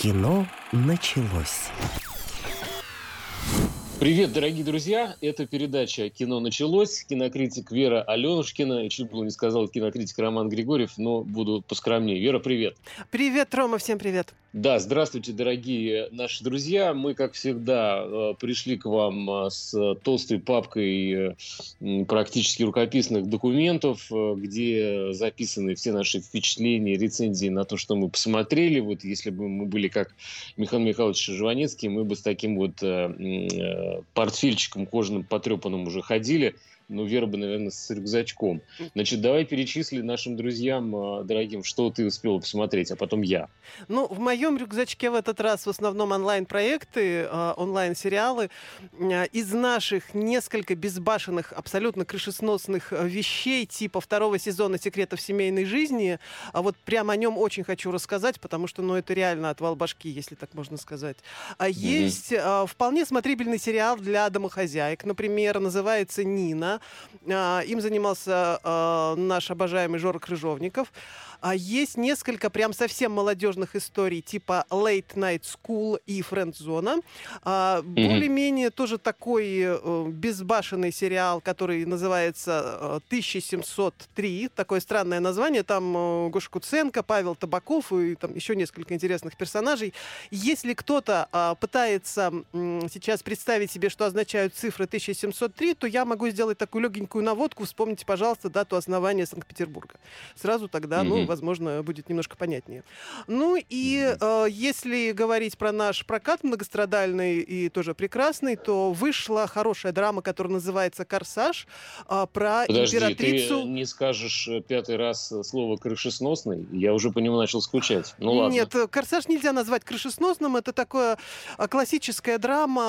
Кино началось. Привет, дорогие друзья! Это передача «Кино началось». Кинокритик Вера Аленушкина. И чуть было не сказал кинокритик Роман Григорьев, но буду поскромнее. Вера, привет! Привет, Рома, всем привет! Да, здравствуйте, дорогие наши друзья. Мы, как всегда, пришли к вам с толстой папкой практически рукописных документов, где записаны все наши впечатления, рецензии на то, что мы посмотрели. Вот если бы мы были как Михаил Михайлович Жванецкий, мы бы с таким вот портфельчиком кожаным потрепанным уже ходили. Ну, Вера бы, наверное, с рюкзачком. Значит, давай перечисли нашим друзьям, дорогим, что ты успела посмотреть, а потом я. Ну, в моем рюкзачке в этот раз в основном онлайн-проекты, онлайн-сериалы. Из наших несколько безбашенных, абсолютно крышесносных вещей типа второго сезона «Секретов семейной жизни». А вот прямо о нем очень хочу рассказать, потому что, ну, это реально отвал башки, если так можно сказать. А есть вполне смотрибельный сериал для домохозяек. Например, называется «Нина». Им занимался наш обожаемый Жора Крыжовников. А есть несколько прям совсем молодежных историй, типа Late Night School и Френдзона. Более-менее тоже такой безбашенный сериал, который называется 1703. Такое странное название. Там Гоша Куценко, Павел Табаков и там еще несколько интересных персонажей. Если кто-то пытается сейчас представить себе, что означают цифры 1703, то я могу сделать такую легенькую наводку. Вспомните, пожалуйста, дату основания Санкт-Петербурга. Сразу тогда, возможно, будет немножко понятнее. Ну и если говорить про наш прокат многострадальный и тоже прекрасный, то вышла хорошая драма, которая называется «Корсаж», про императрицу... Ты не скажешь пятый раз слово «крышесносный»? Я уже по нему начал скучать. Ну ладно. Нет, «Корсаж» нельзя назвать крышесносным. Это такая классическая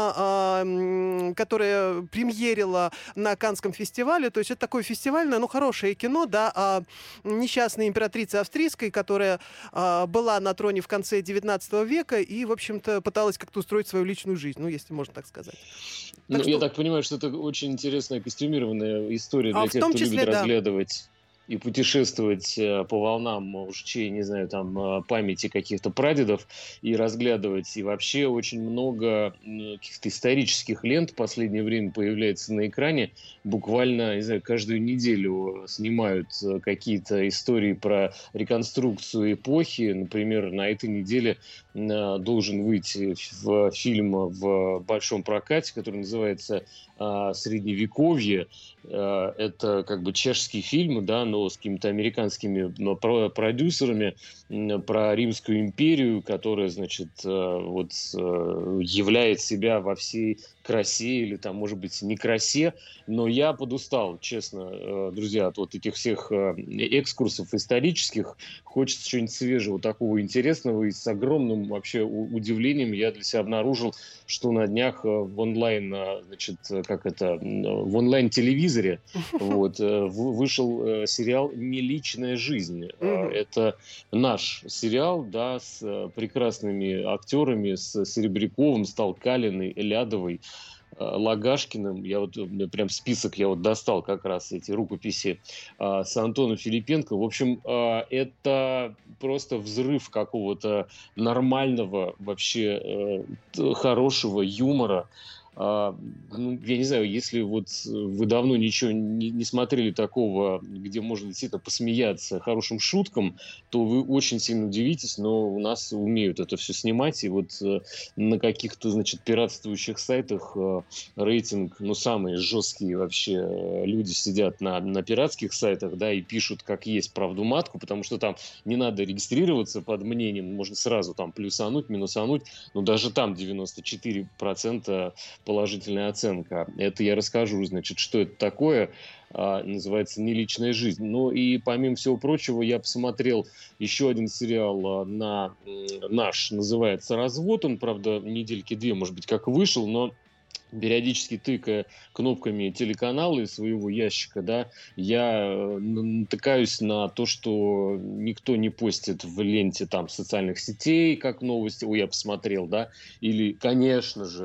драма, которая премьерила на Каннском фестивале. То есть это такое фестивальное, но хорошее кино, да, о несчастной императрице австрийской, которая была на троне в конце 19 века и, в общем-то, пыталась как-то устроить свою личную жизнь, ну, если можно так сказать. Я так понимаю, что это очень интересная костюмированная история для тех, кто любит разглядывать и путешествовать по волнам ушчей, не знаю, там, памяти каких-то прадедов, и разглядывать. И вообще очень много каких-то исторических лент в последнее время появляется на экране. Буквально, не знаю, каждую неделю снимают какие-то истории про реконструкцию эпохи. Например, на этой неделе должен выйти фильм в большом прокате, который называется «Средневековье». Это как бы чешский фильм, да, но с какими-то американскими продюсерами про Римскую империю, которая, значит, вот являет себя во всей красе или там, может быть, не красе. Но я подустал, честно, друзья, от вот этих всех экскурсов исторических. Хочется чего-нибудь свежего, такого интересного. И с огромным вообще удивлением я для себя обнаружил, что на днях в онлайн, значит, в онлайн-телевизоре вышел сериал «Не личная жизнь». Это наш сериал, да, с прекрасными актерами, с Серебряковым, с Толкалиной, Лядовой, Лагашкиным. Я вот прям список я вот достал как раз эти рукописи с Антоном Филипенко. В общем, это просто взрыв какого-то нормального, вообще хорошего юмора. Я не знаю, если вот вы давно ничего не смотрели такого, где можно действительно посмеяться хорошим шуткам, то вы очень сильно удивитесь, но у нас умеют это все снимать, и вот на каких-то, значит, пиратствующих сайтах рейтинг, самые жесткие вообще люди сидят на пиратских сайтах, да, и пишут как есть правду матку, потому что там не надо регистрироваться под мнением, можно сразу там плюсануть, минусануть, но даже там 94% положительная оценка. Это я расскажу, значит, что это такое. Называется «Не личная жизнь». Ну и помимо всего прочего, я посмотрел еще один сериал на наш, называется «Развод». Он, правда, недельки две, может быть, как вышел, но периодически тыкая кнопками телеканала из своего ящика, да, я натыкаюсь на то, что никто не постит в ленте там социальных сетей, как новости, я посмотрел, да, или, конечно же,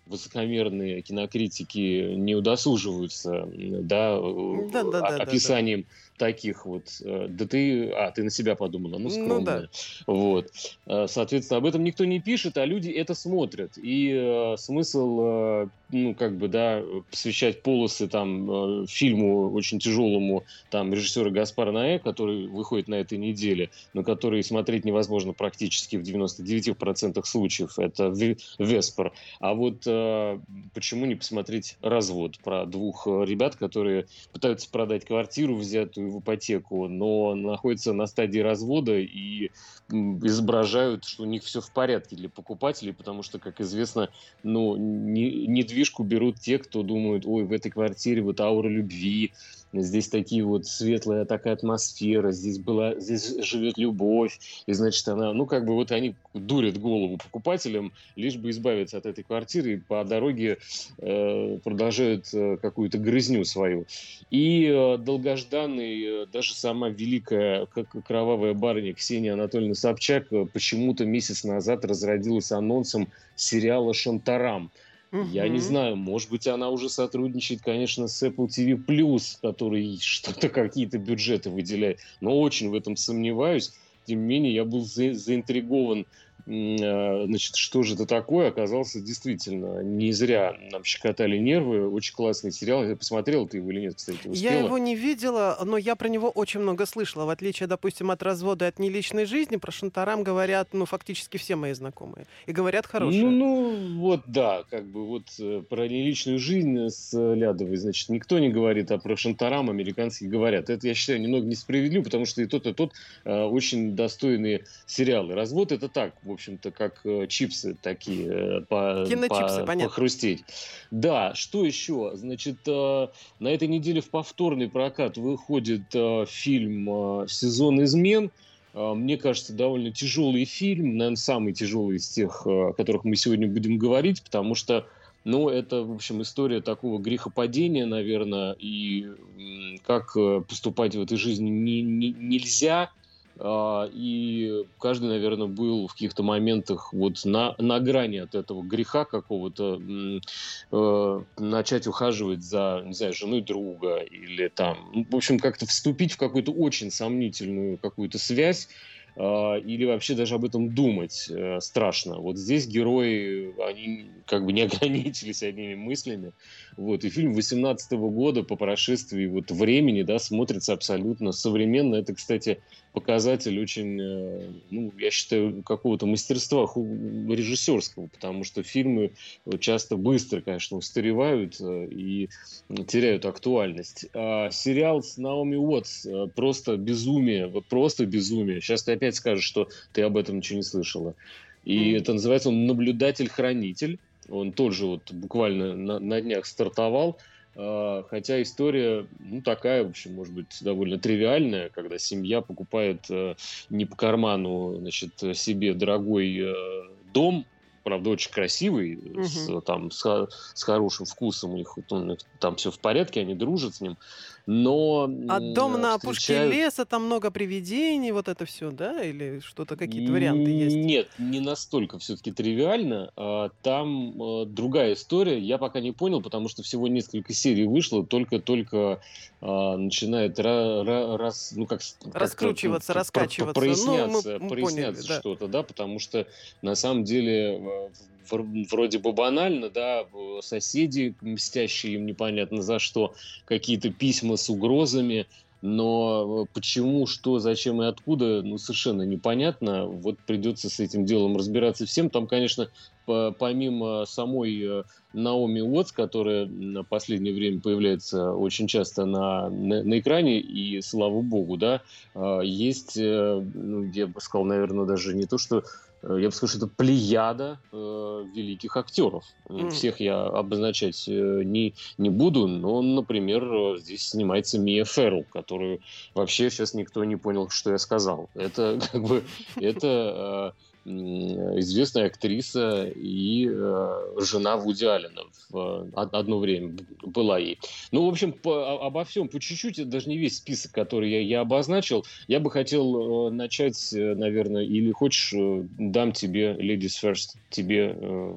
высокомерные кинокритики не удосуживаются, описанием таких вот. Ты на себя подумала, скромная. Вот. Соответственно, об этом никто не пишет, а люди это смотрят. И смысл, посвящать полосы там фильму очень тяжелому там режиссера Гаспара Ноэ, который выходит на этой неделе, но который смотреть невозможно практически в 99% случаев. Это «Веспер». А вот почему не посмотреть «Развод» про двух ребят, которые пытаются продать квартиру, взятую в ипотеку, но находятся на стадии развода и изображают, что у них все в порядке для покупателей, потому что, как известно, недвижку берут те, кто думают, ой, в этой квартире вот аура любви, здесь такие вот светлая такая атмосфера, здесь живет любовь, и значит она, они дурят голову покупателям, лишь бы избавиться от этой квартиры, и по дороге продолжают какую-то грызню свою. И долгожданный, даже сама великая кровавая барыня Ксения Анатольевна Собчак почему-то месяц назад разродилась анонсом сериала «Шантарам». Я не знаю, может быть, она уже сотрудничает, конечно, с Apple TV+, который какие-то бюджеты выделяет, но очень в этом сомневаюсь. Тем не менее, я был заинтригован, что же это такое. Оказался действительно, не зря нам щекотали нервы. Очень классный сериал. Я посмотрела ты его или нет, кстати, успела? Я его не видела, но я про него очень много слышала. В отличие, допустим, от «Развода» и от «Неличной жизни», про «Шантарам» говорят, фактически все мои знакомые. И говорят хорошие. Про «Неличную жизнь» с Лядовой, значит, никто не говорит, а про «Шантарам» американские говорят. Это, я считаю, немного несправедливо, потому что и тот очень достойные сериалы. «Развод» — это так, в общем-то, как чипсы такие, похрустеть. Да, что еще? Значит, на этой неделе в повторный прокат выходит фильм «Сезон измен». Мне кажется, довольно тяжелый фильм, наверное, самый тяжелый из тех, о которых мы сегодня будем говорить, потому что это, в общем, история такого грехопадения, наверное, и как поступать в этой жизни нельзя. И каждый, наверное, был в каких-то моментах на грани от этого греха какого-то, начать ухаживать за, не знаю, женой друга или там, в общем, как-то вступить в какую-то очень сомнительную какую-то связь, или вообще даже об этом думать страшно. Вот здесь герои, они не ограничились одними мыслями. И фильм 2018 года по прошествии времени, смотрится абсолютно современно. Это, кстати, показатель очень, я считаю, какого-то мастерства режиссерского, потому что фильмы часто быстро, конечно, устаревают и теряют актуальность. Сериал с Наоми Уотс просто безумие. Сейчас ты опять скажешь, что ты об этом ничего не слышала. И это называется он «Наблюдатель-хранитель». Он тоже буквально на днях стартовал. Хотя история, такая, в общем, может быть, довольно тривиальная, когда семья покупает не по карману, значит, себе дорогой дом, правда, очень красивый, с хорошим вкусом, у них там все в порядке, они дружат с ним, но... А дом на опушке леса, там много привидений, вот это все, да? Или что-то, какие-то варианты есть? Нет, не настолько все-таки тривиально. Там другая история. Я пока не понял, потому что всего несколько серий вышло, только начинает раскручиваться, раскачиваться. Проясняться что-то, да, потому что на самом деле вроде бы банально, да, соседи, мстящие им непонятно за что, какие-то письма с угрозами, но почему, что, зачем и откуда, совершенно непонятно. Придется с этим делом разбираться всем. Там, конечно, помимо самой Наоми Уотс, которая в последнее время появляется очень часто на экране, и слава богу, да, есть, я бы сказал, наверное, даже не то, что я бы сказал, что это плеяда великих актеров. Всех я обозначать не буду, но, например, здесь снимается Мия Феррелл, которую вообще сейчас никто не понял, что я сказал. Это это известная актриса и жена Вуди Аллена одно время была ей. В общем, обо всем по чуть-чуть, это даже не весь список, который я обозначил. Я бы хотел начать, наверное, или хочешь, дам тебе Ladies First, тебе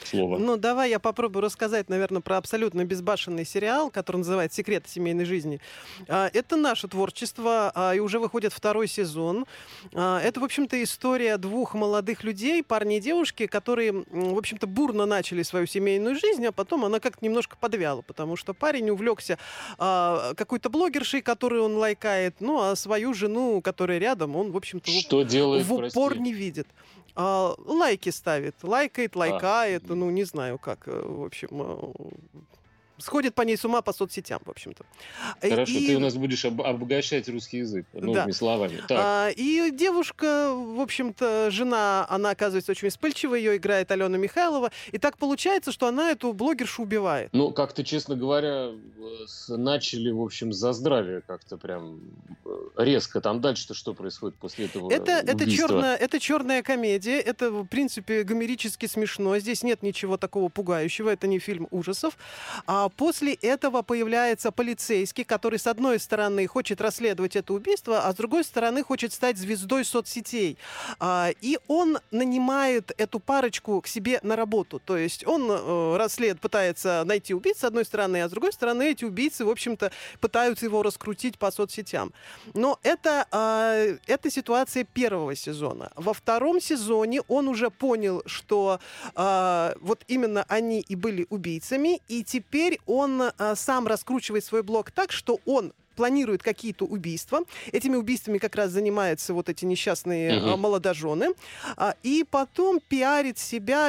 слово. Ну, давай я попробую рассказать, наверное, про абсолютно безбашенный сериал, который называется «Секреты семейной жизни». Это наше творчество, и уже выходит второй сезон. Это, в общем-то, история двух молодых людей, парня и девушки, которые, в общем-то, бурно начали свою семейную жизнь, а потом она как-то немножко подвяла, потому что парень увлекся какой-то блогершей, которую он лайкает, ну, а свою жену, которая рядом, он, в общем-то, Что делает, в упор не видит. Лайки ставит, лайкает, лайкает, ну, не знаю как, в общем, сходит по ней с ума по соцсетям, в общем-то. Хорошо, ты у нас будешь обогащать русский язык новыми словами. Так. И девушка, в общем-то, жена, она оказывается очень вспыльчивая, ее играет Алена Михайлова, и так получается, что она эту блогершу убивает. Ну, как-то, честно говоря, начали, в общем, за здравие как-то прям резко. Там дальше-то что происходит после этого убийства? Это черная комедия, это, в принципе, гомерически смешно, здесь нет ничего такого пугающего, это не фильм ужасов. А после этого появляется полицейский, который, с одной стороны, хочет расследовать это убийство, а с другой стороны, хочет стать звездой соцсетей. И он нанимает эту парочку к себе на работу. То есть он пытается найти убийц, с одной стороны, а с другой стороны, эти убийцы, в общем-то, пытаются его раскрутить по соцсетям. Но это ситуация первого сезона. Во втором сезоне он уже понял, что вот именно они и были убийцами, и теперь он сам раскручивает свой блог так, что он планирует какие-то убийства. Этими убийствами как раз занимаются вот эти несчастные молодожены. И потом пиарит себя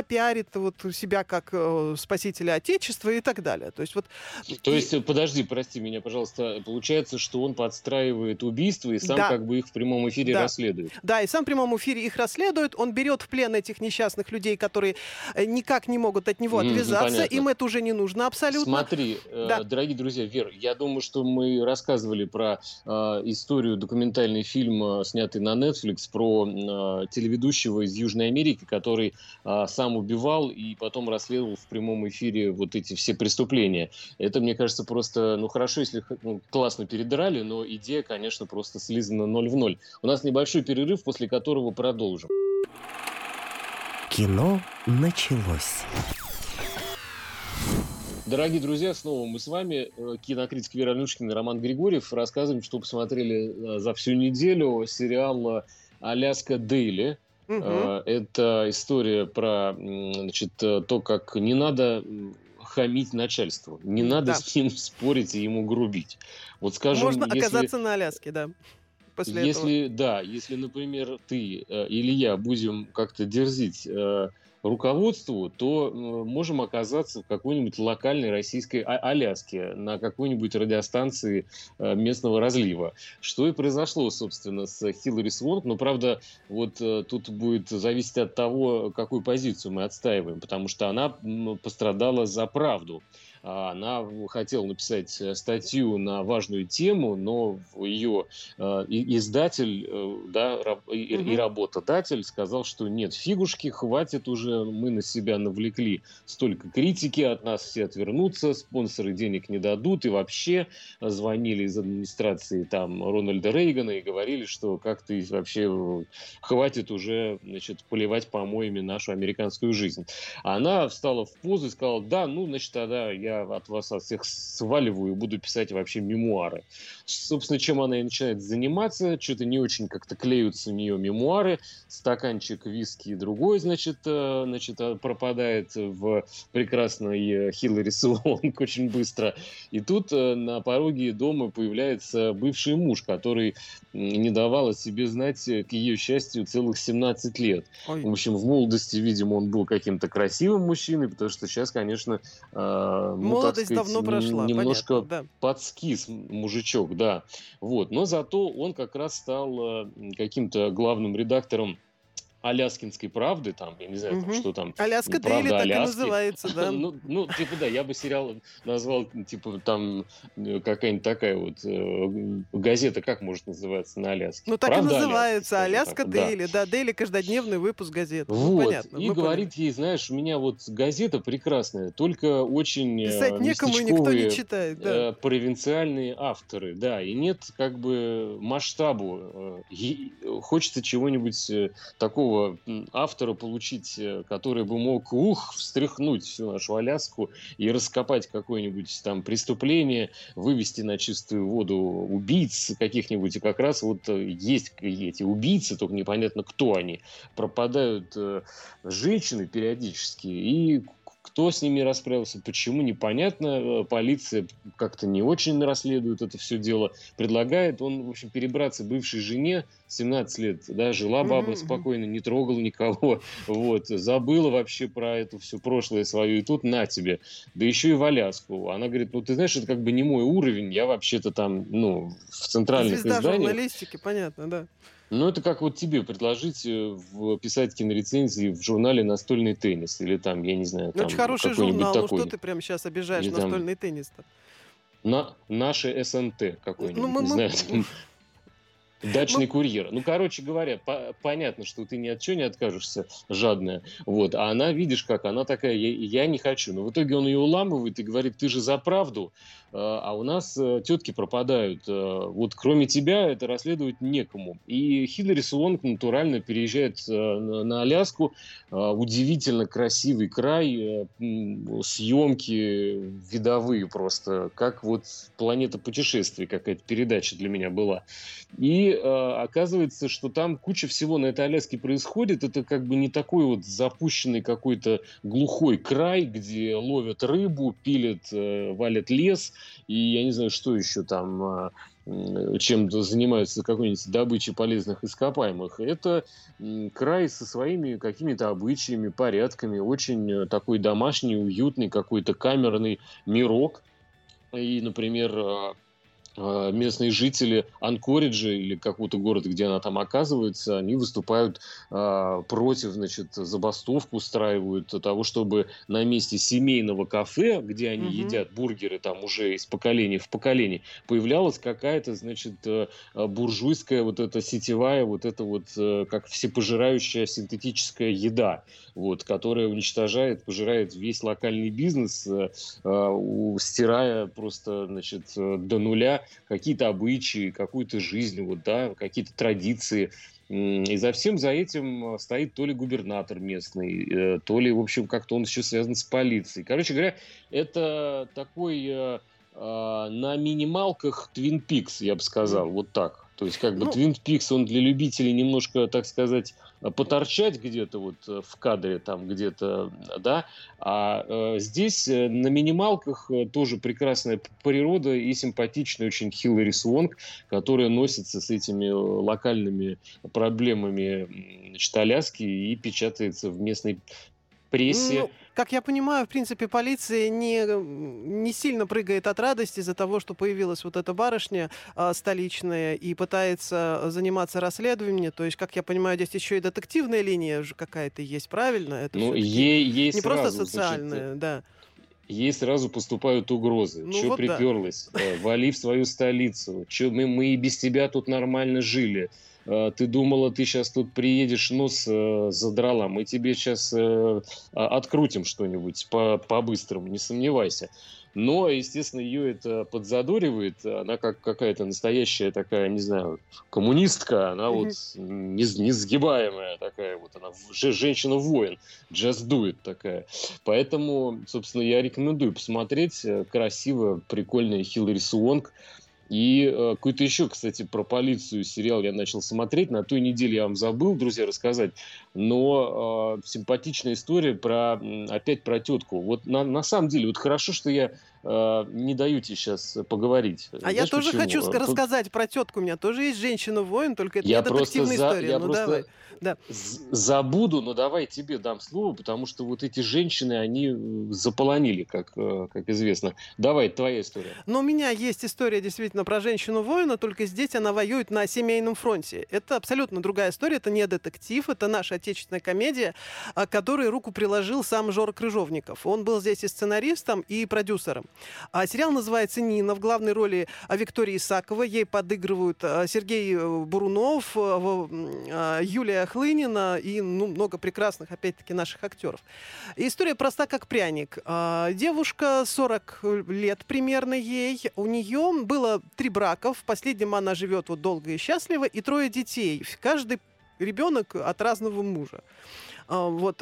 как спасителя Отечества и так далее. То есть, подожди, прости меня, пожалуйста. Получается, что он подстраивает убийства и сам как бы их в прямом эфире расследует. Да, и сам в прямом эфире их расследует. Он берет в плен этих несчастных людей, которые никак не могут от него отвязаться. Им это уже не нужно абсолютно. Смотри, дорогие друзья, Вер, я думаю, что мы рассказывали про историю, документальный фильм, снятый на Netflix, про телеведущего из Южной Америки, который сам убивал и потом расследовал в прямом эфире вот эти все преступления. Это, мне кажется, просто, хорошо, если классно передрали, но идея, конечно, просто слизана 0 в 0. У нас небольшой перерыв, после которого продолжим. Кино началось. Дорогие друзья, снова мы с вами. Кинокритик Вера Алюшкина и Роман Григорьев. Рассказываем, что посмотрели за всю неделю. Сериал «Аляска Дейли». Это история про то, как не надо хамить начальству. Не надо с ним спорить и ему грубить. Вот, скажем, можно оказаться на Аляске, да. Если, например, ты или я будем как-то дерзить руководству, то можем оказаться в какой-нибудь локальной российской Аляске, на какой-нибудь радиостанции местного разлива. Что и произошло, собственно, с Хиллари Свонк. Но, правда, вот тут будет зависеть от того, какую позицию мы отстаиваем, потому что она пострадала за правду. Она хотела написать статью на важную тему, но ее издатель и работодатель сказал, что нет, фигушки, хватит уже, мы на себя навлекли столько критики, от нас все отвернутся, спонсоры денег не дадут, и вообще звонили из администрации там Рональда Рейгана и говорили, что как-то вообще хватит уже, поливать помоями нашу американскую жизнь. Она встала в позу и сказала, тогда я от вас от всех сваливаю и буду писать вообще мемуары. Собственно, чем она и начинает заниматься, что-то не очень как-то клеются у нее мемуары, стаканчик виски и другой, пропадает в прекрасной Хиллари Свонк очень быстро. И тут на пороге дома появляется бывший муж, который не давал о себе знать, к ее счастью, целых 17 лет. Ой. В общем, в молодости, видимо, он был каким-то красивым мужчиной, потому что сейчас, конечно, молодость давно прошла, немножко понятно, да. подскис мужичок, да. Вот. Но зато он как раз стал каким-то главным редактором Аляскинской правды, там, я не знаю, что там. Аляска Дейли так и называется, да. Я бы сериал назвал, там, какая-нибудь такая вот газета, как может называться на Аляске? Ну, так Правда, и называется, Аляска Дейли, да. Дейли каждодневный выпуск газеты. Вот, Понятно. и говорит ей, знаешь, у меня вот газета прекрасная, только очень писать некому, и никто не читает, да. Провинциальные авторы, да, и нет как бы масштабу. Хочется чего-нибудь такого такого автора получить, который бы мог, встряхнуть всю нашу Аляску и раскопать какое-нибудь там преступление, вывести на чистую воду убийц каких-нибудь. И как раз вот есть эти убийцы, только непонятно, кто они. Пропадают женщины периодически, и кто с ними расправился, почему, непонятно. Полиция как-то не очень расследует это все дело. Предлагает он, в общем, перебраться бывшей жене, 17 лет, да, жила баба спокойно, не трогала никого, вот, забыла вообще про это все прошлое свое, и тут на тебе, да еще и в Аляску. Она говорит, ну, ты знаешь, это как бы не мой уровень, я вообще-то там, ну, в центральных Звезда изданиях. журналистики, понятно, да. Ну, это как вот тебе предложить писать кинорецензии в журнале «Настольный теннис» или там, я не знаю, там Очень хороший какой-нибудь журнал, такой. ну что ты прям сейчас обижаешь Или там настольный теннис-то? Наше СНТ Ну, какой-нибудь, не знаю, там, дачный курьер. Ну, короче говоря, понятно, что ты ни от чего не откажешься, жадная. Вот. А она, видишь, как она такая, я не хочу. Но в итоге он ее уламывает и говорит, ты же за правду, а у нас тетки пропадают. Вот кроме тебя это расследовать некому. И Хиллари Суонг натурально переезжает на Аляску. Удивительно красивый край, съемки видовые просто, как вот «Планета путешествий», какая-то передача для меня была. И оказывается, что там куча всего на этой Аляске происходит. Это как бы не такой вот запущенный какой-то глухой край, где ловят рыбу, пилят, валят лес. И я не знаю, что еще там, чем занимаются какой-нибудь добычей полезных ископаемых. Это край со своими какими-то обычаями, порядками. Очень такой домашний, уютный, какой-то камерный мирок. И, например, местные жители Анкориджа или какого-то города, где она там оказывается, они выступают против, значит, забастовку устраивают того, чтобы на месте семейного кафе, где они едят бургеры там уже из поколения в поколение, появлялась какая-то, значит, буржуйская вот эта сетевая, вот эта вот как всепожирающая синтетическая еда, вот, которая уничтожает, пожирает весь локальный бизнес, стирая просто, значит, до нуля какие-то обычаи, какую-то жизнь, вот, да, какие-то традиции. И за всем за этим стоит то ли губернатор местный, то ли, в общем, как-то он еще связан с полицией. Короче говоря, это такой на минималках Twin Peaks, я бы сказал, вот так. То есть, как бы, Twin Peaks, он для любителей немножко, так сказать, поторчать где-то вот в кадре, там где-то, да, а здесь на минималках тоже прекрасная природа и симпатичная очень Хиллари Суонг, которая носится с этими локальными проблемами, значит, Аляски и печатается в местной прессе. Ну, как я понимаю, в принципе, полиция не сильно прыгает от радости из-за того, что появилась вот эта барышня столичная и пытается заниматься расследованием. То есть, как я понимаю, здесь еще и детективная линия же какая-то есть, правильно? Это ну, ей не сразу, просто социальная, значит, да. Ей сразу поступают угрозы. Ну, Че вот приперлась? Вали в свою столицу. Че, мы и без тебя тут нормально жили. Ты думала, ты сейчас тут приедешь, нос задрала. Мы тебе сейчас открутим что-нибудь по-быстрому, не сомневайся. Но, естественно, ее это подзадоривает. Она как какая-то настоящая такая, не знаю, коммунистка. Она вот несгибаемая такая. Вот она женщина-воин. Just do it такая. Поэтому, собственно, я рекомендую посмотреть. Красиво, прикольная Хиллари Суонг. И какой-то еще, кстати, про полицию сериал я начал смотреть. На той неделе я вам забыл, друзья, рассказать. Но симпатичная история опять про тетку. Вот на самом деле, вот хорошо, что я не даю тебе сейчас поговорить. А Знаешь, я тоже почему? хочу рассказать про тетку. У меня тоже есть женщина-воин, только это не детективная история. Я Ну, просто давай. Да. забуду, но давай тебе дам слово, потому что вот эти женщины, они заполонили, как известно. Давай, твоя история. Но у меня есть история действительно про женщину-воина, только здесь она воюет на семейном фронте. Это абсолютно другая история, это не детектив, это наша отечественная комедия, к которой руку приложил сам Жора Крыжовников. Он был здесь и сценаристом, и продюсером. Сериал называется «Нина». В главной роли Виктория Исакова. Ей подыгрывают Сергей Бурунов, Юлия Хлынина и много прекрасных, опять-таки, наших актеров. История проста, как пряник. Девушка, 40 лет примерно ей. У нее было 3 брака. В последнем она живет вот долго и счастливо. И 3 детей. Каждый ребенок от разного мужа. Вот.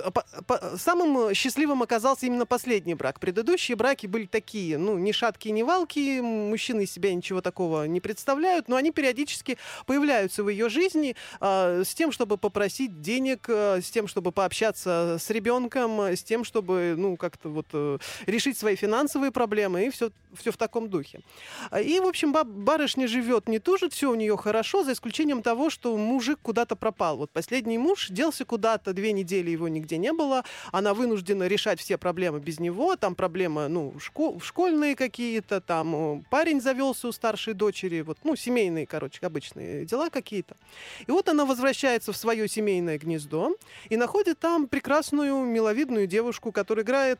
Самым счастливым оказался именно последний брак. Предыдущие браки были такие, ни шаткие, ни валкие, мужчины из себя ничего такого не представляют, но они периодически появляются в ее жизни с тем, чтобы попросить денег, с тем, чтобы пообщаться с ребенком, с тем, чтобы как-то решить свои финансовые проблемы, и все в таком духе. И, в общем, барышня живет, не тужит, все у нее хорошо, за исключением того, что мужик куда-то пропал. Вот последний муж делся куда-то, 2 недели его нигде не было, она вынуждена решать все проблемы без него, там проблемы, школьные какие-то, там парень завелся у старшей дочери, семейные, обычные дела какие-то. И вот она возвращается в свое семейное гнездо и находит там прекрасную, миловидную девушку, которая играет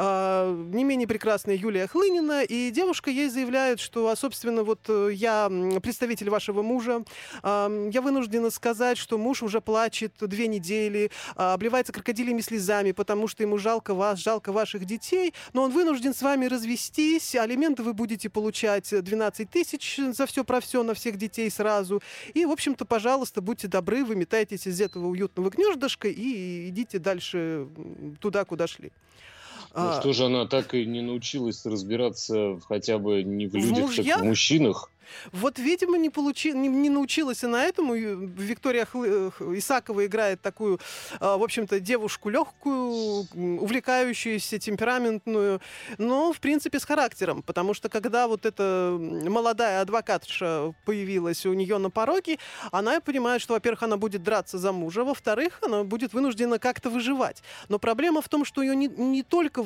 не менее прекрасная Юлия Хлынина, и девушка ей заявляет, что, собственно, я представитель вашего мужа, я вынуждена сказать, что муж уже плачет 2 недели, обливается крокодильями слезами, потому что ему жалко вас, жалко ваших детей, но он вынужден с вами развестись, алименты вы будете получать 12 тысяч за все про все на всех детей сразу. И, в общем-то, пожалуйста, будьте добры, выметайтесь из этого уютного гнездышка и идите дальше туда, куда шли. Что же она так и не научилась разбираться хотя бы не в людях, так в мужчинах? Вот, видимо, не научилась она этому. Виктория Исакова играет такую, в общем-то, девушку легкую, увлекающуюся, темпераментную, но, в принципе, с характером. Потому что, когда эта молодая адвокатша появилась у нее на пороге, она понимает, что, во-первых, она будет драться за мужа, во-вторых, она будет вынуждена как-то выживать. Но проблема в том, что у нее не только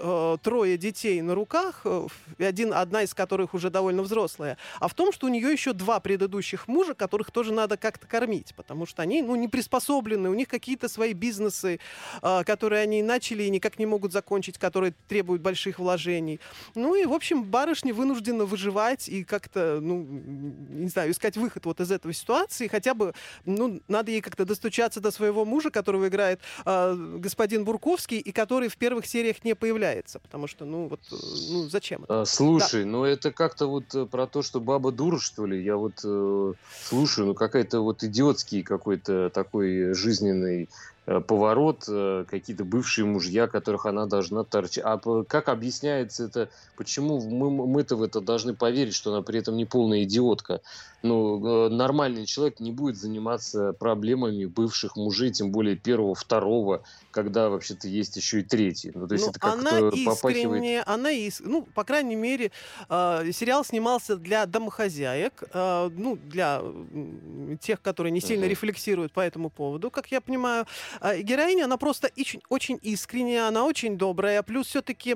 3 детей на руках, одна из которых уже довольно взрослая, а в том, что у нее еще 2 предыдущих мужа, которых тоже надо как-то кормить, потому что они не приспособлены, у них какие-то свои бизнесы, которые они начали и никак не могут закончить, которые требуют больших вложений. И, в общем, барышня вынуждена выживать и как-то, не знаю, искать выход из этой ситуации. Хотя бы, надо ей как-то достучаться до своего мужа, которого играет господин Бурковский, и который в первых сериях не появляется, потому что, зачем это? Слушай, это как-то про то, что баба дура, что ли? Я слушаю, какая-то идиотский какой-то такой жизненный поворот, какие-то бывшие мужья, которых она должна торчать. А как объясняется это? Почему мы-то в это должны поверить, что она при этом не полная идиотка? Нормальный человек не будет заниматься проблемами бывших мужей, тем более 1-го, 2-го, когда вообще-то есть еще и 3-й. То есть это как-то попахивает... по крайней мере, сериал снимался для домохозяек, для тех, которые не сильно рефлексируют по этому поводу, как я понимаю. Героиня, она просто очень искренняя, она очень добрая, плюс все-таки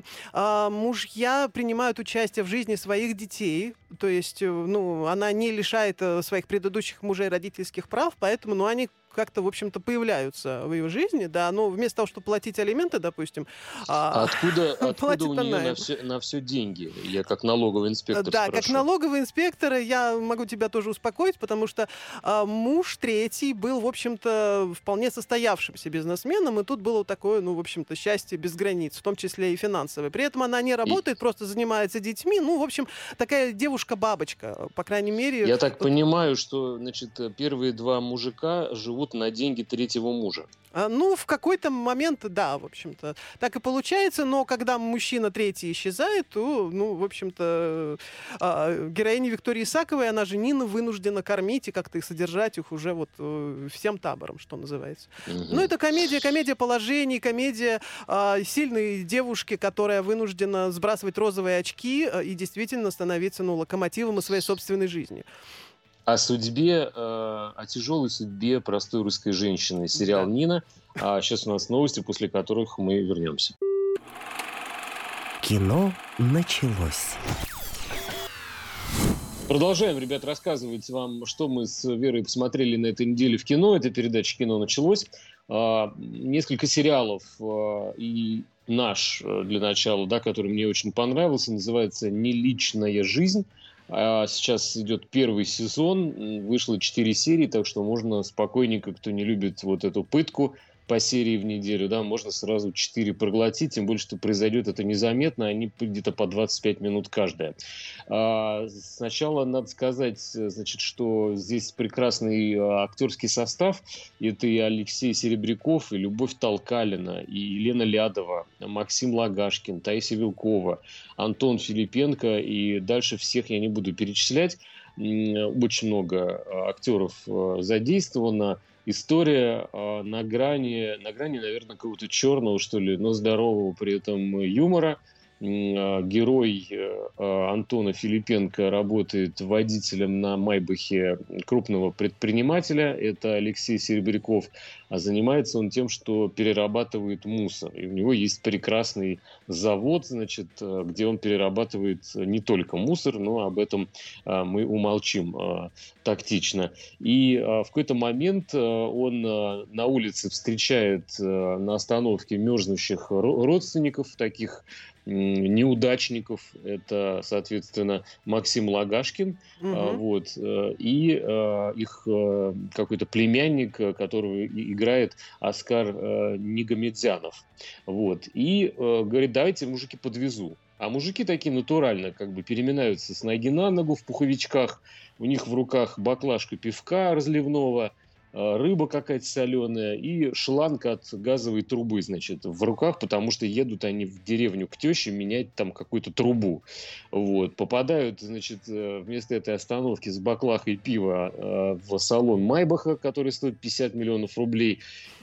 мужья принимают участие в жизни своих детей, то есть, она не лишает своих предыдущих мужей родительских прав, поэтому, они как-то, в общем-то, появляются в ее жизни, да, но вместо того, чтобы платить алименты, допустим... Откуда у нее на все деньги? Я как налоговый инспектор Да, спрошу. как налоговый инспектор я могу тебя тоже успокоить, потому что муж 3-й был, в общем-то, вполне состоявшимся бизнесменом, и тут было такое, в общем-то, счастье без границ, в том числе и финансовое. При этом она не работает, просто занимается детьми, в общем, такая девушка-бабочка, по крайней мере... Я так понимаю, что, первые 2 мужика живут на деньги 3-го мужа. В какой-то момент, да, в общем-то, так и получается, но когда мужчина 3-й исчезает, то, в общем-то, героиня Виктории Исаковой, она же Нина, вынуждена кормить и как-то их содержать их уже всем табором, что называется. Это комедия положений, комедия сильной девушки, которая вынуждена сбрасывать розовые очки и действительно становиться, локомотивом своей собственной жизни. О тяжелой судьбе простой русской женщины. Сериал «Нина». А сейчас у нас новости, после которых мы вернемся. Кино началось. Продолжаем, ребят, рассказывать вам, что мы с Верой посмотрели на этой неделе в кино. Это передача «Кино началось». Несколько сериалов и наш, для начала, который мне очень понравился, называется «Не личная жизнь». Сейчас идет 1-й сезон, вышло 4 серии, так что можно спокойненько, кто не любит эту пытку, по серии в неделю, да, можно сразу 4 проглотить, тем более, что произойдет это незаметно, они где-то по 25 минут каждая. Сначала надо сказать, значит, что здесь прекрасный актерский состав. Это и Алексей Серебряков, и Любовь Толкалина, и Елена Лядова, Максим Лагашкин, Таисия Вилкова, Антон Филипенко, и дальше всех я не буду перечислять. Очень много актеров задействовано. История на грани, наверное, какого-то черного, что ли, но здорового при этом юмора. Герой Антона Филипенко работает водителем на Майбахе крупного предпринимателя. Это Алексей Серебряков. А занимается он тем, что перерабатывает мусор. И у него есть прекрасный завод, значит, где он перерабатывает не только мусор, но об этом мы умолчим тактично. И в какой-то момент он на улице встречает на остановке мерзнущих родственников, таких неудачников. Это, соответственно, Максим Лагашкин, вот, и их какой-то племянник, которого играет Оскар Нигамедзянов. Вот. И говорит, давайте, мужики, подвезу. А мужики такие натурально как бы переминаются с ноги на ногу в пуховичках. У них в руках баклажка пивка разливного, рыба какая-то соленая и шланг от газовой трубы, значит, в руках, потому что едут они в деревню к теще менять там какую-то трубу. Вот. Попадают, значит, вместо этой остановки с баклахой пива в салон Майбаха, который стоит 50 миллионов рублей.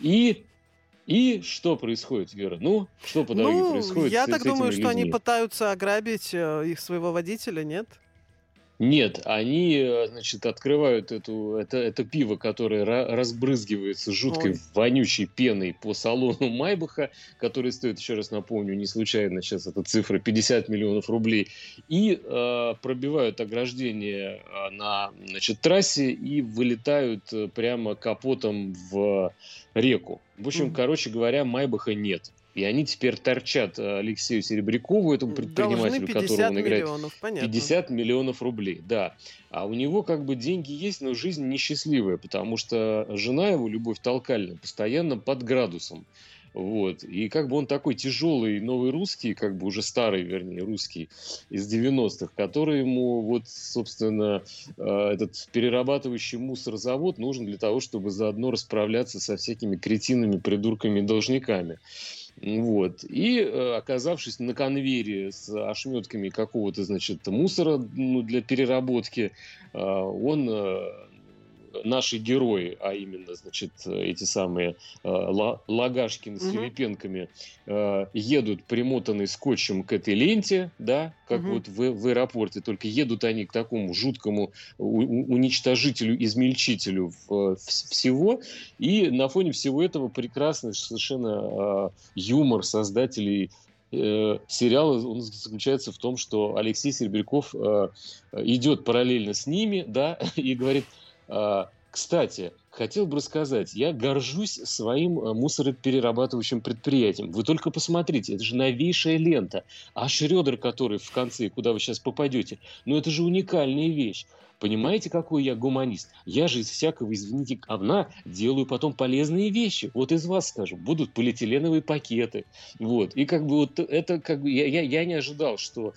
И что происходит, Вера? Ну, что по дороге происходит? Я так думаю, что людьми? они пытаются ограбить их своего водителя, нет? Нет, они, значит, открывают это пиво, которое разбрызгивается жуткой вонючей пеной по салону Майбаха, который стоит, еще раз напомню, не случайно сейчас эта цифра, 50 миллионов рублей, и пробивают ограждение на, значит, трассе и вылетают прямо капотом в реку. В общем, короче говоря, Майбаха нет. И они теперь торчат Алексею Серебрякову, этому предпринимателю, которого он играет, 50 миллионов рублей. Да. А у него как бы деньги есть, но жизнь несчастливая, потому что жена его, Любовь Толкалина, постоянно под градусом. Вот. И как бы он такой тяжелый новый русский, как бы уже старый, вернее, русский из 90-х, который ему, вот, собственно, этот перерабатывающий мусорозавод нужен для того, чтобы заодно расправляться со всякими кретинами, придурками, должниками. Вот. И, оказавшись на конвейере с ошметками какого-то, значит, мусора, ну, для переработки, он... Наши герои, а именно, значит, эти самые Лагашкины с Филипенками, едут примотанные скотчем к этой ленте, да, как вот в аэропорте, только едут они к такому жуткому уничтожителю, измельчителю всего, и на фоне всего этого прекрасный совершенно юмор создателей сериала, он заключается в том, что Алексей Серебряков идет параллельно с ними, да, и говорит: кстати, хотел бы рассказать, я горжусь своим мусороперерабатывающим предприятием. Вы только посмотрите, это же новейшая лента. А Шрёдер, который в конце, куда вы сейчас попадете, ну это же уникальная вещь. Понимаете, какой я гуманист? Я же из всякого, извините, говна делаю потом полезные вещи. Вот из вас, скажем, будут полиэтиленовые пакеты. Вот. И как бы вот это, как бы, я не ожидал, что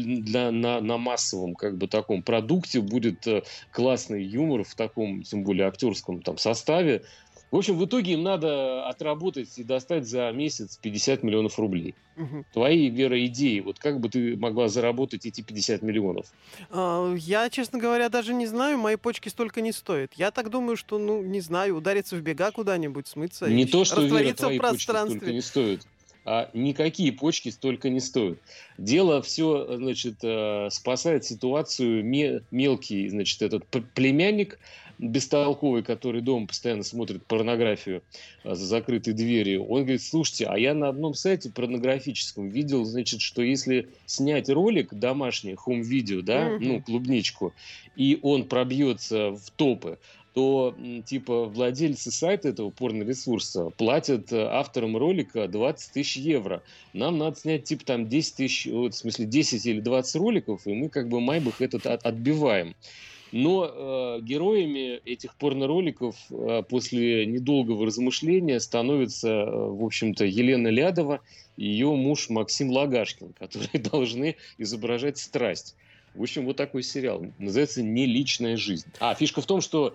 на массовом, как бы, таком продукте будет классный юмор в таком, тем более, актерском там составе. В общем, в итоге им надо отработать и достать за месяц 50 миллионов рублей. Твои, Вера, идеи, вот как бы ты могла заработать эти 50 миллионов? Я, честно говоря, даже не знаю, мои почки столько не стоят. Я так думаю, что, ну, не знаю, удариться в бега куда-нибудь, смыться не и то, что, Вера, раствориться в пространстве. Почки столько не стоят. А никакие почки столько не стоят. Дело все, значит, спасает ситуацию мелкий, значит, этот племянник бестолковый, который дома постоянно смотрит порнографию за закрытой дверью. Он говорит: слушайте, а я на одном сайте порнографическом видел, значит, что если снять ролик домашний, хом-видео, да, ну, клубничку, и он пробьется в топы, то, типа, владельцы сайта этого порно-ресурса платят авторам ролика 20 тысяч евро. Нам надо снять, типа, там 10 тысяч, в смысле, 10 или 20 роликов, и мы, как бы, Майбах этот отбиваем. Но героями этих порнороликов после недолгого размышления становятся, в общем-то, Елена Лядова и ее муж Максим Лагашкин, которые должны изображать страсть. В общем, вот такой сериал. Называется «Не личная жизнь». А фишка в том, что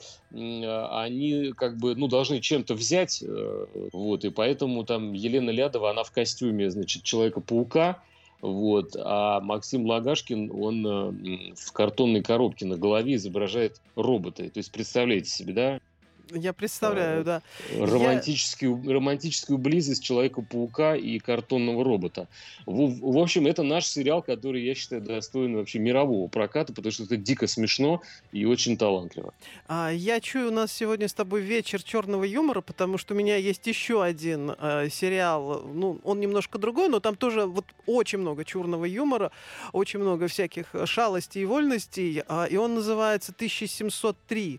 они как бы, должны чем-то взять. Вот, и поэтому там Елена Лядова, она в костюме, значит, Человека-паука. Вот, а Максим Лагашкин, он в картонной коробке на голове изображает робота. То есть, представляете себе, да? Я представляю, да. Романтическую близость Человека-паука и картонного робота. В общем, это наш сериал, который, я считаю, достоин вообще мирового проката, потому что это дико смешно и очень талантливо. Я чую, у нас сегодня с тобой вечер черного юмора, потому что у меня есть еще один сериал. Он немножко другой, но там тоже вот очень много черного юмора, очень много всяких шалостей и вольностей, и он называется «1703».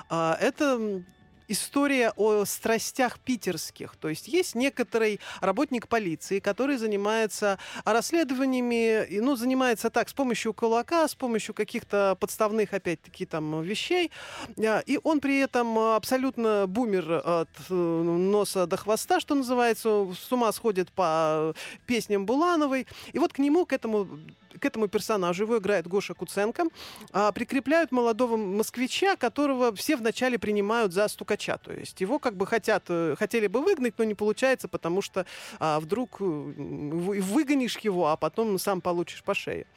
Это история о страстях питерских. То есть есть некоторый работник полиции, который занимается расследованиями, занимается так, с помощью кулака, с помощью каких-то подставных, опять-таки, там, вещей. И он при этом абсолютно бумер от носа до хвоста, что называется, с ума сходит по песням Булановой. И вот к нему, к этому персонажу, его играет Гоша Куценко, прикрепляют молодого москвича, которого все вначале принимают за стукача. То есть его как бы хотели бы выгнать, но не получается, потому что вдруг выгонишь его, а потом сам получишь по шее.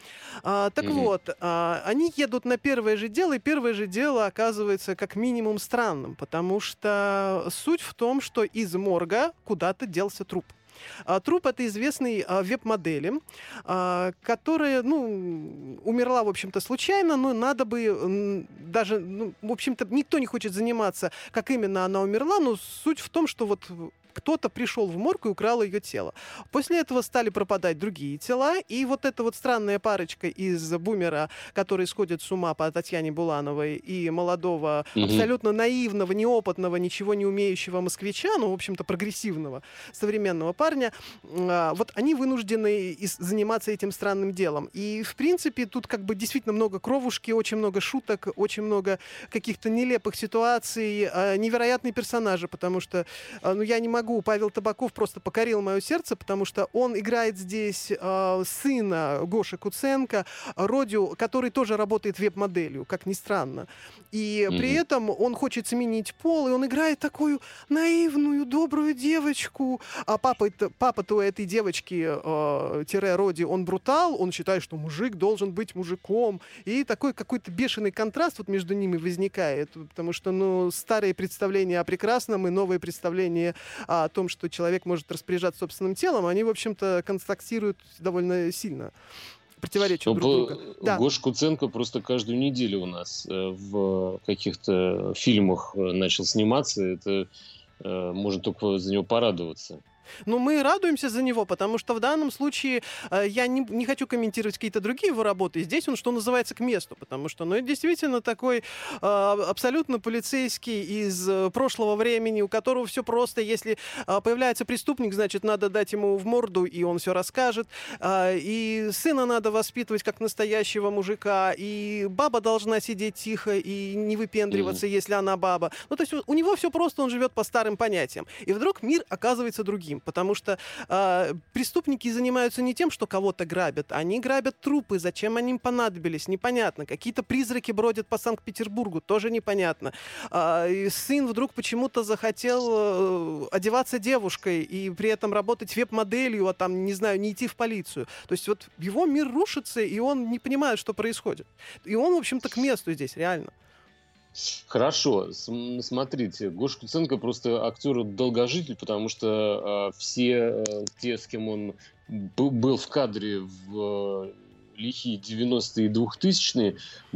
Вот, они едут на первое же дело, и первое же дело оказывается как минимум странным, потому что суть в том, что из морга куда-то делся труп. Труп — это известный веб-модели, которая, умерла, в общем-то, случайно, но надо бы даже, в общем-то, никто не хочет заниматься, как именно она умерла, но суть в том, что вот кто-то пришел в морг и украл ее тело. После этого стали пропадать другие тела, и вот эта вот странная парочка из бумера, который сходит с ума по Татьяне Булановой, и молодого, абсолютно наивного, неопытного, ничего не умеющего москвича, в общем-то, прогрессивного современного парня, вот они вынуждены заниматься этим странным делом. И, в принципе, тут как бы действительно много кровушки, очень много шуток, очень много каких-то нелепых ситуаций, невероятные персонажи, потому что, я не могу. Павел Табаков просто покорил мое сердце, потому что он играет здесь сына Гоши Куценко, Родю, который тоже работает веб-моделью, как ни странно. И при этом он хочет сменить пол, и он играет такую наивную, добрую девочку. А папа-то у этой девочки, Роди, он брутал, он считает, что мужик должен быть мужиком. И такой какой-то бешеный контраст вот между ними возникает, потому что, старые представления о прекрасном и новые представления о том, что человек может распоряжаться собственным телом, они, в общем-то, контактируют довольно сильно, противоречат друг другу. Да. Гоша Куценко просто каждую неделю у нас в каких-то фильмах начал сниматься. Это можно только за него порадоваться. Мы радуемся за него, потому что в данном случае я не хочу комментировать какие-то другие его работы. Здесь он, что называется, к месту, потому что, это действительно такой абсолютно полицейский из прошлого времени, у которого все просто. Если появляется преступник, значит, надо дать ему в морду, и он все расскажет. И сына надо воспитывать как настоящего мужика, и баба должна сидеть тихо и не выпендриваться, если она баба. То есть у него все просто, он живет по старым понятиям. И вдруг мир оказывается другим. Потому что преступники занимаются не тем, что кого-то грабят. Они грабят трупы. Зачем они им понадобились? Непонятно. Какие-то призраки бродят по Санкт-Петербургу. Тоже непонятно. И сын вдруг почему-то захотел одеваться девушкой и при этом работать веб-моделью, а там, не знаю, не идти в полицию. То есть вот его мир рушится, и он не понимает, что происходит. И он, в общем-то, к месту здесь, реально. Хорошо, смотрите, Гоша Куценко просто актер-долгожитель, потому что все те, с кем он был в кадре в лихие 90-е и 2000-е,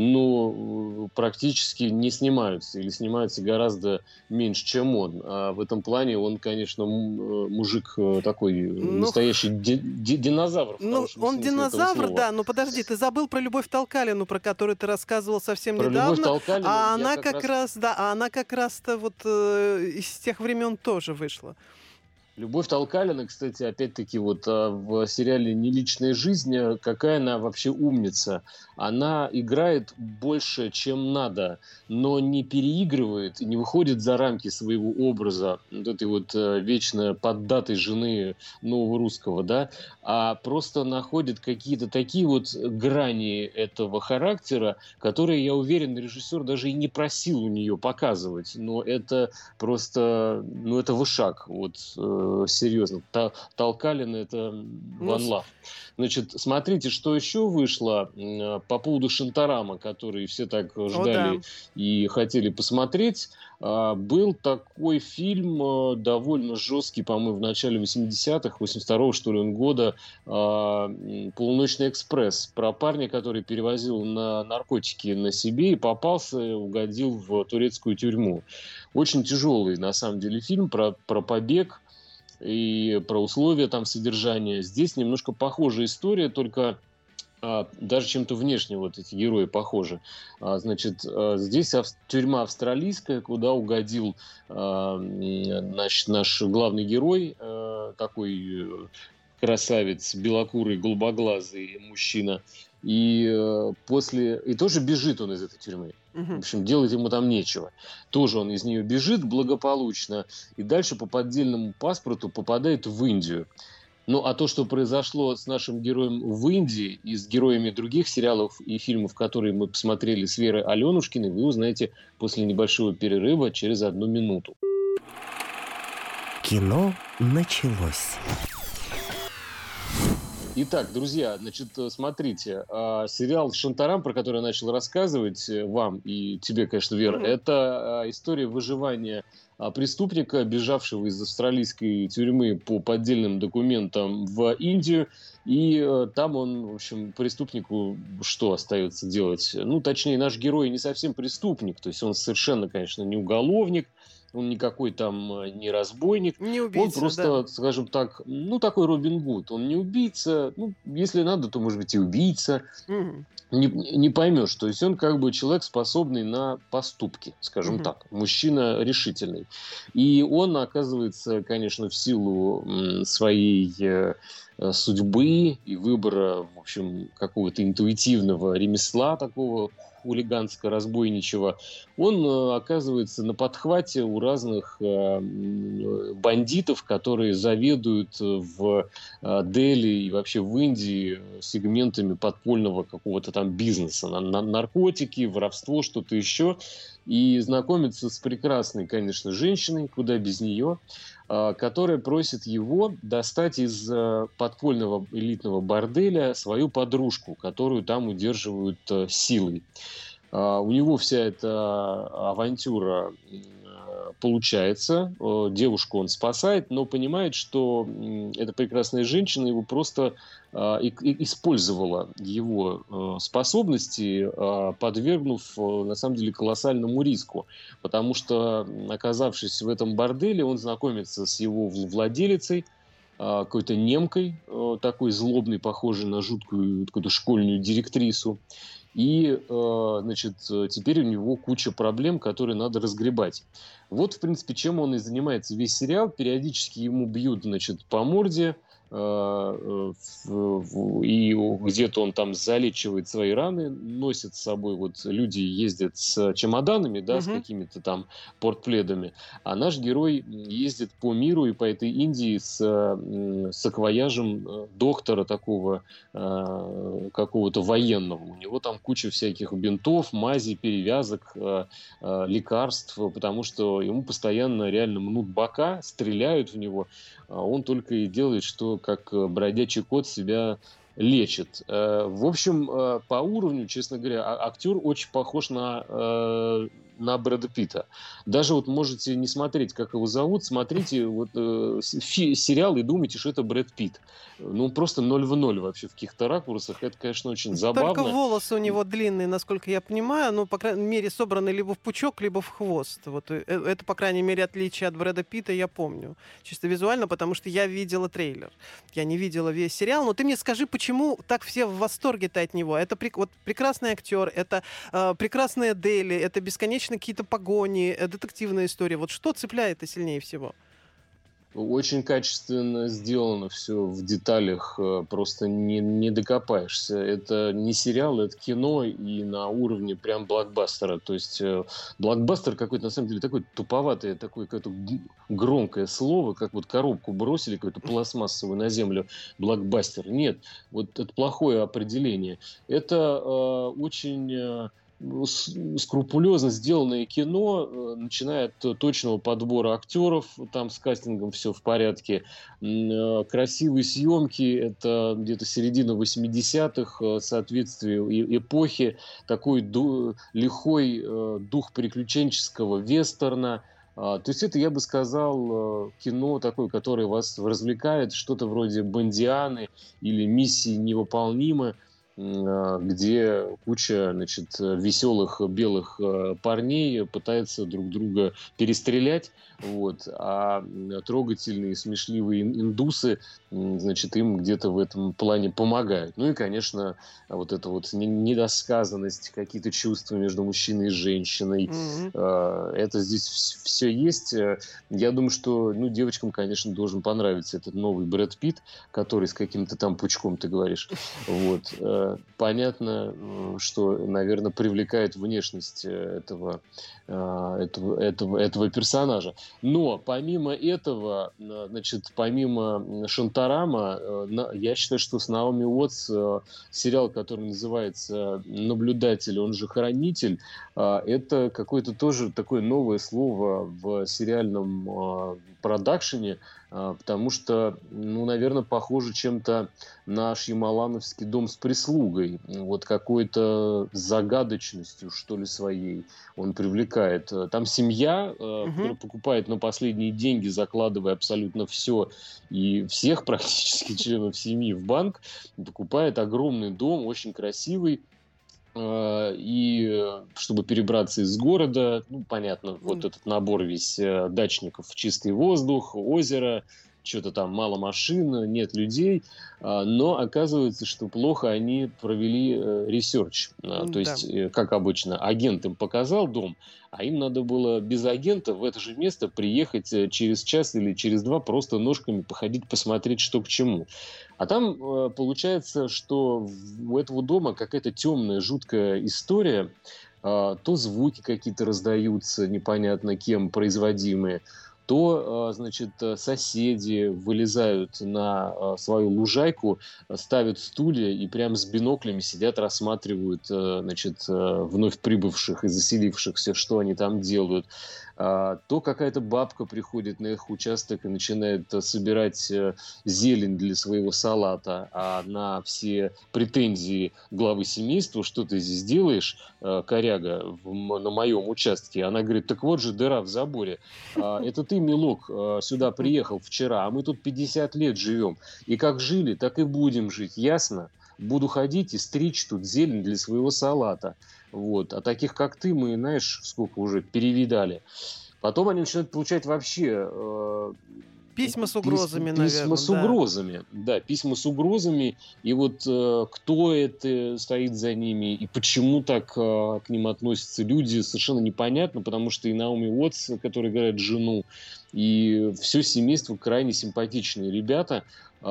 практически не снимаются или снимаются гораздо меньше, чем он. А в этом плане он, конечно, мужик такой, настоящий динозавр. Он динозавр, да, но подожди, ты забыл про Любовь Толкалину, про которую ты рассказывал совсем про недавно. Любовь Толкалину, она как раз-то вот из тех времен тоже вышла. Любовь Толкалина, кстати, опять-таки вот в сериале «Не личная жизнь», какая она вообще умница. Она играет больше, чем надо, но не переигрывает и не выходит за рамки своего образа, вот этой вот вечно поддатой жены нового русского, да, а просто находит какие-то такие вот грани этого характера, которые, я уверен, режиссер даже и не просил у нее показывать, но это просто, ну, это вышаг, вот, серьезно. Толкалин — это one love. Значит, смотрите, что еще вышло по поводу Шантарама, который все так ждали и хотели посмотреть. Был такой фильм довольно жесткий, по-моему, в начале 80-х, 82-го, что ли, года, «Полуночный экспресс», про парня, который перевозил наркотики на себе и попался, угодил в турецкую тюрьму. Очень тяжелый, на самом деле, фильм про побег и про условия там содержания. Здесь немножко похожая история, только даже чем-то внешне вот эти герои похожи. Значит, здесь тюрьма австралийская, куда угодил наш главный герой, такой красавец, белокурый, голубоглазый мужчина. И тоже бежит он из этой тюрьмы. В общем, делать ему там нечего. Тоже он из нее бежит благополучно и дальше по поддельному паспорту попадает в Индию. Ну, а то, что произошло с нашим героем в Индии и с героями других сериалов и фильмов, которые мы посмотрели с Верой Аленушкиной, вы узнаете после небольшого перерыва через 1 минуту. Кино началось. Итак, друзья, значит, смотрите, сериал «Шантарам», про который я начал рассказывать вам и тебе, конечно, Вера, это история выживания преступника, бежавшего из австралийской тюрьмы по поддельным документам в Индию. И там он, в общем, преступнику что остается делать? Ну, точнее, наш герой не совсем преступник, то есть он совершенно, конечно, не уголовник, он никакой там не разбойник. Не убийца, он просто, скажем так, ну, такой Робин Гуд. Он не убийца. Ну, если надо, то, может быть, и убийца. Не поймешь. То есть он как бы человек, способный на поступки, скажем так. Мужчина решительный. И он, оказывается, конечно, в силу своей судьбы и выбора, в общем, какого-то интуитивного ремесла такого хулиганско-разбойничего, он оказывается на подхвате у разных бандитов, которые заведуют в Дели и вообще в Индии сегментами подпольного какого-то там бизнеса. Наркотики, воровство, что-то еще. И знакомится с прекрасной, конечно, женщиной, куда без нее, которая просит его достать из подпольного элитного борделя свою подружку, которую там удерживают силой. У него вся эта авантюра получается, девушку он спасает, но понимает, что эта прекрасная женщина его просто использовала его способности, подвергнув, на самом деле, колоссальному риску. Потому что, оказавшись в этом борделе, он знакомится с его владелицей, какой-то немкой, такой злобной, похожей на жуткую какую-то школьную директрису. И, значит, теперь у него куча проблем, которые надо разгребать. Вот, в принципе, чем он и занимается весь сериал. Периодически ему бьют, значит, по морде, и где-то он там залечивает свои раны, носит с собой, вот люди ездят с чемоданами, да, с какими-то там портпледами, а наш герой ездит по миру и по этой Индии с саквояжем доктора такого, какого-то военного. У него там куча всяких бинтов, мазей, перевязок, лекарств, потому что ему постоянно реально мнут бока, стреляют в него, а он только и делает, что как бродячий кот себя лечит. В общем, по уровню, честно говоря, актер очень похож на Брэда Питта. Даже вот можете не смотреть, как его зовут, смотрите вот, сериал и думайте, что это Брэд Питт. Ну, просто 0 в 0 вообще в каких-то ракурсах. Это, конечно, очень забавно. Только волосы у него длинные, насколько я понимаю, ну, по крайней мере, собраны либо в пучок, либо в хвост. Вот это, по крайней мере, отличие от Брэда Питта, я помню. Чисто визуально, потому что я видела трейлер. Я не видела весь сериал. Но ты мне скажи, почему так все в восторге-то от него? Это вот прекрасный актер, это прекрасная Дели, это бесконечно какие-то погони, детективная история. Вот что цепляет-то сильнее всего? Очень качественно сделано все в деталях, просто не докопаешься. Это не сериал, это кино и на уровне прям блокбастера. То есть блокбастер какой-то, на самом деле, такой туповатый, такое какое-то громкое слово, как вот коробку бросили, какую-то пластмассовую на землю, блокбастер. Нет, вот это плохое определение. Это очень скрупулезно сделанное кино, начиная от точного подбора актеров, там с кастингом все в порядке, красивые съемки, это где-то середина 80-х, соответствие эпохи, такой лихой дух приключенческого вестерна. То есть это, я бы сказал, кино такое, которое вас развлекает, что-то вроде «Бондианы» или «Миссии невыполнимы», где куча, значит, веселых белых парней пытается друг друга перестрелять, вот, а трогательные, смешливые индусы, значит, им где-то в этом плане помогают. Ну и, конечно, вот эта вот недосказанность, какие-то чувства между мужчиной и женщиной, это здесь все есть. Я думаю, что, ну, девочкам, конечно, должен понравиться этот новый Брэд Питт, который с каким-то там пучком, ты говоришь, вот. Понятно, что, наверное, привлекает внешность этого персонажа. Но помимо этого, значит, помимо Шантарама, я считаю, что с Наоми Уотс сериал, который называется «Наблюдатель», он же «Хранитель», это какое-то тоже такое новое слово в сериальном продакшене, потому что, ну, наверное, похоже чем-то на Шьямалановский «Дом с прислугой». Вот какой-то загадочностью, что ли, своей он привлекает. Там семья, которая покупает на последние деньги, закладывая абсолютно все и всех практически членов семьи в банк, покупает огромный дом, очень красивый, и чтобы перебраться из города, ну, понятно, вот этот набор весь дачников, чистый воздух, озеро, что-то там мало машин, нет людей, но оказывается, что плохо они провели ресерч. То есть, как обычно, агент им показал дом, а им надо было без агента в это же место приехать через час или через два, просто ножками походить, посмотреть, что к чему. А там получается, что у этого дома какая-то темная, жуткая история. То звуки какие-то раздаются, непонятно кем производимые, то, значит, соседи вылезают на свою лужайку, ставят стулья и прям с биноклями сидят, рассматривают, значит, вновь прибывших и заселившихся, что они там делают. То какая-то бабка приходит на их участок и начинает собирать зелень для своего салата, а на все претензии главы семейства, что ты здесь делаешь, коряга, на моем участке, она говорит, так вот же дыра в заборе. Это ты, милок, сюда приехал вчера, а мы тут 50 лет живем. И как жили, так и будем жить, ясно? Буду ходить и стричь тут зелень для своего салата. Вот. А таких, как ты, мы, знаешь, сколько уже перевидали. Потом они начинают получать вообще... Письма с угрозами, наверное. Письма с угрозами, да, письма с угрозами. И вот кто это стоит за ними и почему так к ним относятся люди, совершенно непонятно, потому что и Наоми Уотс, которая играет жену, и все семейство крайне симпатичные ребята.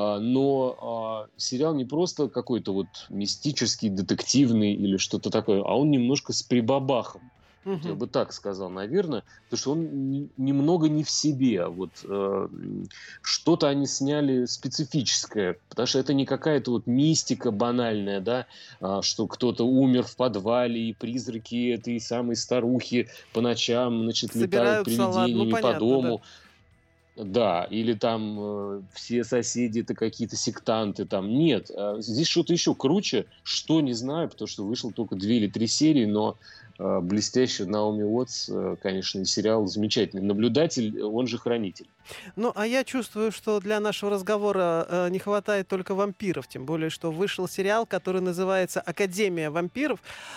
Но сериал не просто какой-то вот мистический, детективный или что-то такое, а он немножко с прибабахом. Вот я бы так сказал, наверное, потому что он немного не в себе. Вот что-то они сняли специфическое, потому что это не какая-то вот мистика банальная, да, что кто-то умер в подвале, и призраки этой самой старухи по ночам, значит, летают привидениями по дому. Да, или там все соседи это какие-то сектанты, там нет. Здесь что-то еще круче, что не знаю, потому что вышло только 2 или 3 серии, но блестящий Наоми Уотс, конечно, и сериал замечательный. «Наблюдатель», он же «Хранитель». Ну, а я чувствую, что для нашего разговора не хватает только вампиров, тем более, что вышел сериал, который называется «Академия вампиров».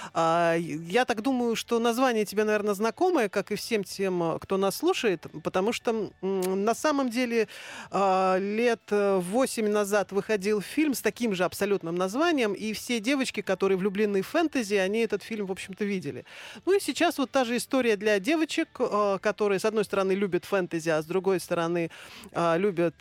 Я так думаю, что название тебе, наверное, знакомое, как и всем тем, кто нас слушает, потому что на самом деле лет 8 назад выходил фильм с таким же абсолютным названием, и все девочки, которые влюблены в фэнтези, они этот фильм, в общем-то, видели. Ну и сейчас вот та же история для девочек, которые, с одной стороны, любят фэнтези, а с другой стороны, стороны, любят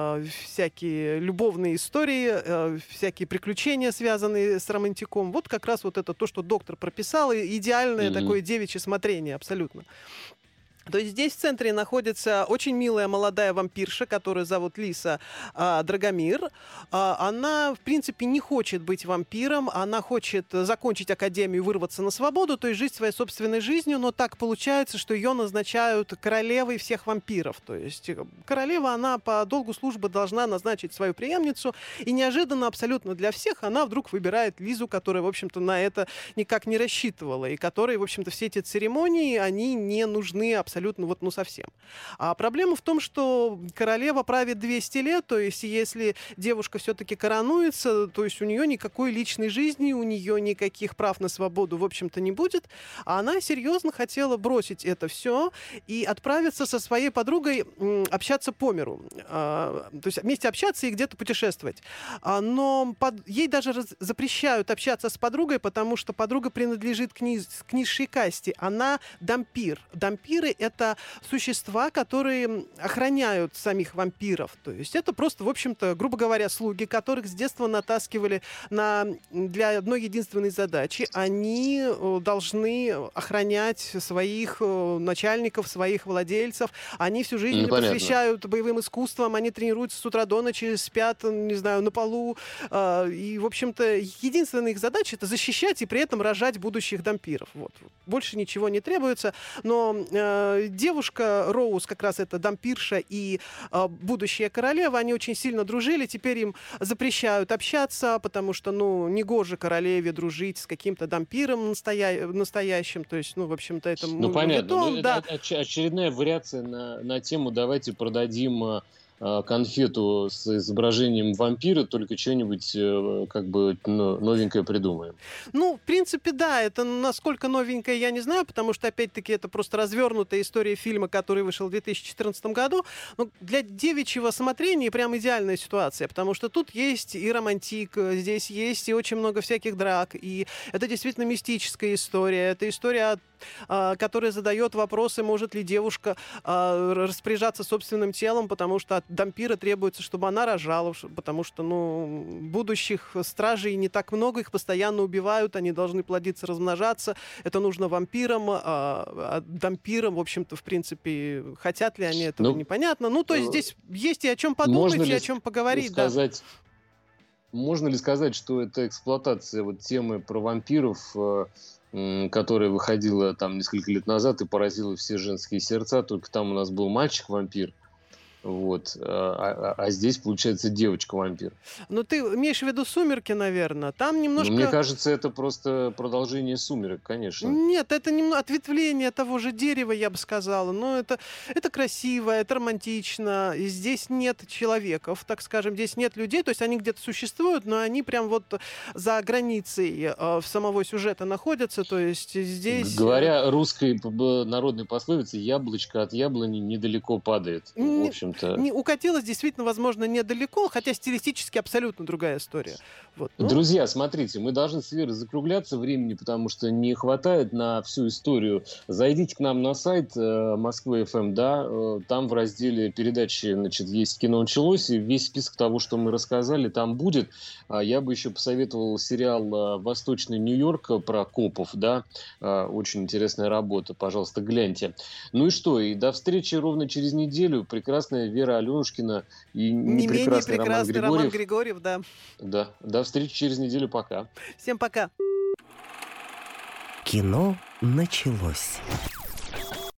всякие любовные истории, всякие приключения, связанные с романтиком. Вот как раз вот это то, что доктор прописал, и идеальное такое девичье смотрение, абсолютно. То есть здесь в центре находится очень милая молодая вампирша, которую зовут Лиса Драгомир. Она, в принципе, не хочет быть вампиром, она хочет закончить академию, вырваться на свободу, то есть жить своей собственной жизнью, но так получается, что ее назначают королевой всех вампиров. То есть королева, она по долгу службы должна назначить свою преемницу, и неожиданно абсолютно для всех она вдруг выбирает Лизу, которая, в общем-то, на это никак не рассчитывала, и которой, в общем-то, все эти церемонии, они не нужны абсолютно вот, ну, совсем. А проблема в том, что королева правит 200 лет, то есть если девушка все-таки коронуется, то есть у нее никакой личной жизни, у нее никаких прав на свободу, в общем-то, не будет. А она серьезно хотела бросить это все и отправиться со своей подругой общаться по миру. То есть вместе общаться и где-то путешествовать. Но ей даже запрещают общаться с подругой, потому что подруга принадлежит к низшей касте. Она дампир. Дампиры — это существа, которые охраняют самих вампиров. То есть это просто, в общем-то, грубо говоря, слуги, которых с детства натаскивали для одной единственной задачи. Они должны охранять своих начальников, своих владельцев. Они всю жизнь посвящают боевым искусствам, они тренируются с утра до ночи, спят, не знаю, на полу. И, в общем-то, единственная их задача — это защищать и при этом рожать будущих дампиров. Вот. Больше ничего не требуется. Но девушка Роуз, как раз это дампирша и будущая королева, они очень сильно дружили. Теперь им запрещают общаться, потому что, ну, негоже королеве дружить с каким-то дампиром настоящим. То есть, ну, в общем-то, это... Ну, понятно. Ну, да. Это очередная вариация на тему «давайте продадим конфету с изображением вампира, только что-нибудь как бы новенькое придумаем». Ну, в принципе, да. Это насколько новенькое, я не знаю, потому что, опять-таки, это просто развернутая история фильма, который вышел в 2014 году. Но для девичьего смотрения прям идеальная ситуация, потому что тут есть и романтик, здесь есть и очень много всяких драк, и это действительно мистическая история. Это история, которая задает вопросы, может ли девушка распоряжаться собственным телом, потому что от дампира требуется, чтобы она рожала, потому что, ну, будущих стражей не так много, их постоянно убивают, они должны плодиться, размножаться. Это нужно вампирам, а дампирам, в общем-то, в принципе, хотят ли они этого, непонятно. Ну, то есть здесь есть и о чем подумать, и о чем поговорить. Можно ли сказать, что это эксплуатация вот темы про вампиров, которая выходила там несколько лет назад и поразила все женские сердца, только там у нас был мальчик-вампир, вот, а здесь, получается, девочка-вампир. Ну, ты имеешь в виду «Сумерки», наверное? Там немножко... Мне кажется, это просто продолжение «Сумерек», конечно. Нет, это немного ответвление того же дерева, я бы сказала. Но это красиво, это романтично. И здесь нет человеков, так скажем, здесь нет людей. То есть они где-то существуют, но они прям вот за границей самого сюжета находятся. То есть здесь... Говоря русской народной пословицей, яблочко от яблони недалеко падает. В общем, укатилась действительно, возможно, недалеко, хотя стилистически абсолютно другая история. Вот. Друзья, смотрите, мы должны с Верой закругляться времени, потому что не хватает на всю историю. Зайдите к нам на сайт Москвы.ФМ, да, там в разделе передачи, значит, есть «Кино началось», и весь список того, что мы рассказали, там будет. Я бы еще посоветовал сериал «Восточный Нью-Йорк» про копов, да, очень интересная работа, пожалуйста, гляньте. Ну и что, и до встречи ровно через неделю. Прекрасная Вера Аленушкина и не менее прекрасный Роман Григорьев, да. Да, до встречи через неделю, пока. Всем пока. Кино началось.